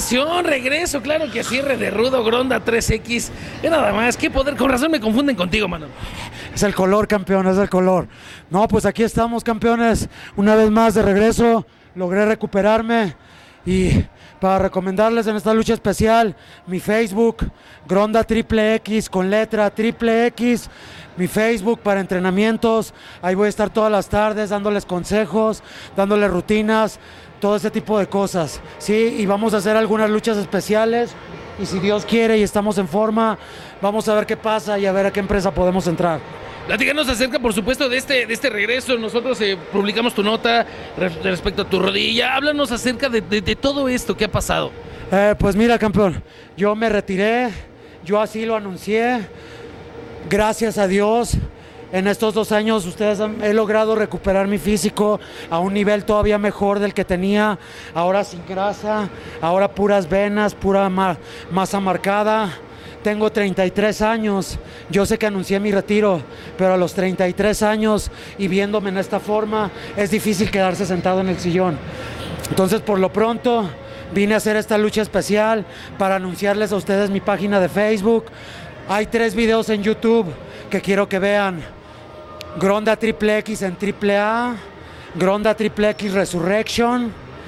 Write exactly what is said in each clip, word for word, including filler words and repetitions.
impresión, regreso, claro que así, R de Rudo, Gronda tres equis, y nada más, qué poder, con razón me confunden contigo, mano. Es el color, campeón, es el color. No, pues aquí estamos, campeones, una vez más de regreso, logré recuperarme y para recomendarles en esta lucha especial, mi Facebook, Gronda Triple X con letra Triple X, mi Facebook para entrenamientos, ahí voy a estar todas las tardes dándoles consejos, dándoles rutinas, todo ese tipo de cosas, ¿sí? Y vamos a hacer algunas luchas especiales y si Dios quiere y estamos en forma, vamos a ver qué pasa y a ver a qué empresa podemos entrar. Platícanos acerca, por supuesto, de este, de este regreso. Nosotros eh, publicamos tu nota re respecto a tu rodilla. Háblanos acerca de, de, de todo esto que ha pasado. Eh, pues mira, campeón, yo me retiré, yo así lo anuncié. Gracias a Dios, en estos dos años ustedes han, he logrado recuperar mi físico a un nivel todavía mejor del que tenía. Ahora sin grasa, ahora puras venas, pura ma masa marcada. Tengo treinta y tres años, yo sé que anuncié mi retiro, pero a los treinta y tres años y viéndome en esta forma, es difícil quedarse sentado en el sillón. Entonces, por lo pronto, vine a hacer esta lucha especial para anunciarles a ustedes mi página de Facebook. Hay tres videos en YouTube que quiero que vean. Gronda Triple X en Triple A, Gronda Triple X Resurrection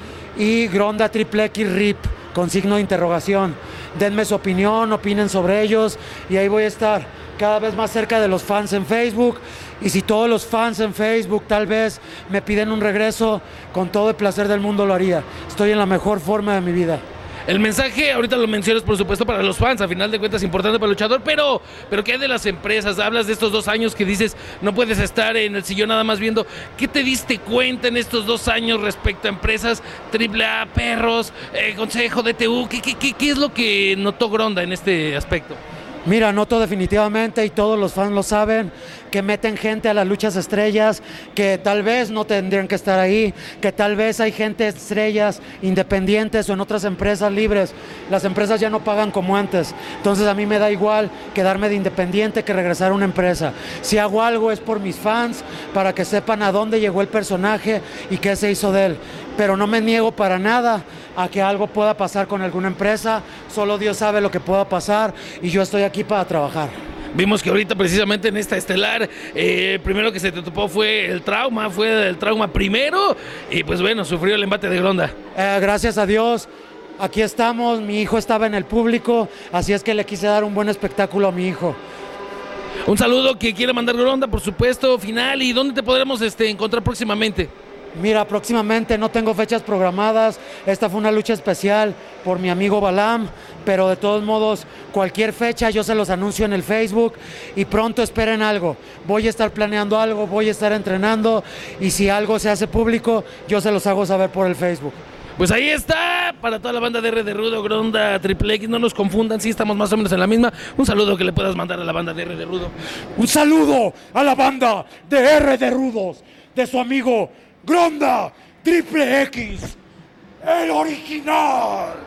y Gronda Triple X R I P con signo de interrogación. Denme su opinión, opinen sobre ellos y ahí voy a estar cada vez más cerca de los fans en Facebook. Y si todos los fans en Facebook tal vez me piden un regreso, con todo el placer del mundo lo haría. Estoy en la mejor forma de mi vida. El mensaje, ahorita lo mencionas por supuesto para los fans, a final de cuentas importante para el luchador, pero, pero ¿qué hay de las empresas? Hablas de estos dos años que dices no puedes estar en el sillón nada más viendo. ¿Qué te diste cuenta en estos dos años respecto a empresas Triple A, Perros, eh, Consejo, D T U? ¿Qué, qué, qué, ¿Qué es lo que notó Gronda en este aspecto? Mira, noto definitivamente, y todos los fans lo saben, que meten gente a las luchas estrellas, que tal vez no tendrían que estar ahí, que tal vez hay gente estrellas independientes o en otras empresas libres. Las empresas ya no pagan como antes, entonces a mí me da igual quedarme de independiente que regresar a una empresa. Si hago algo es por mis fans, para que sepan a dónde llegó el personaje y qué se hizo de él. Pero no me niego para nada a que algo pueda pasar con alguna empresa, solo Dios sabe lo que pueda pasar y yo estoy aquí para trabajar. Vimos que ahorita precisamente en esta estelar, eh, primero que se te topó fue el trauma, fue el trauma primero y pues bueno, sufrió el embate de Gronda. Eh, gracias a Dios, aquí estamos, mi hijo estaba en el público, así es que le quise dar un buen espectáculo a mi hijo. Un saludo que quiere mandar Gronda, por supuesto, final, ¿y dónde te podremos este, encontrar próximamente? Mira, próximamente no tengo fechas programadas, esta fue una lucha especial por mi amigo Balam, pero de todos modos, cualquier fecha yo se los anuncio en el Facebook y pronto esperen algo. Voy a estar planeando algo, voy a estar entrenando y si algo se hace público, yo se los hago saber por el Facebook. Pues ahí está, para toda la banda de R de Rudo, Gronda, Triple X, no nos confundan, sí estamos más o menos en la misma. Un saludo que le puedas mandar a la banda de R de Rudo. Un saludo a la banda de R de Rudos, de su amigo Gronda Triple X, el original.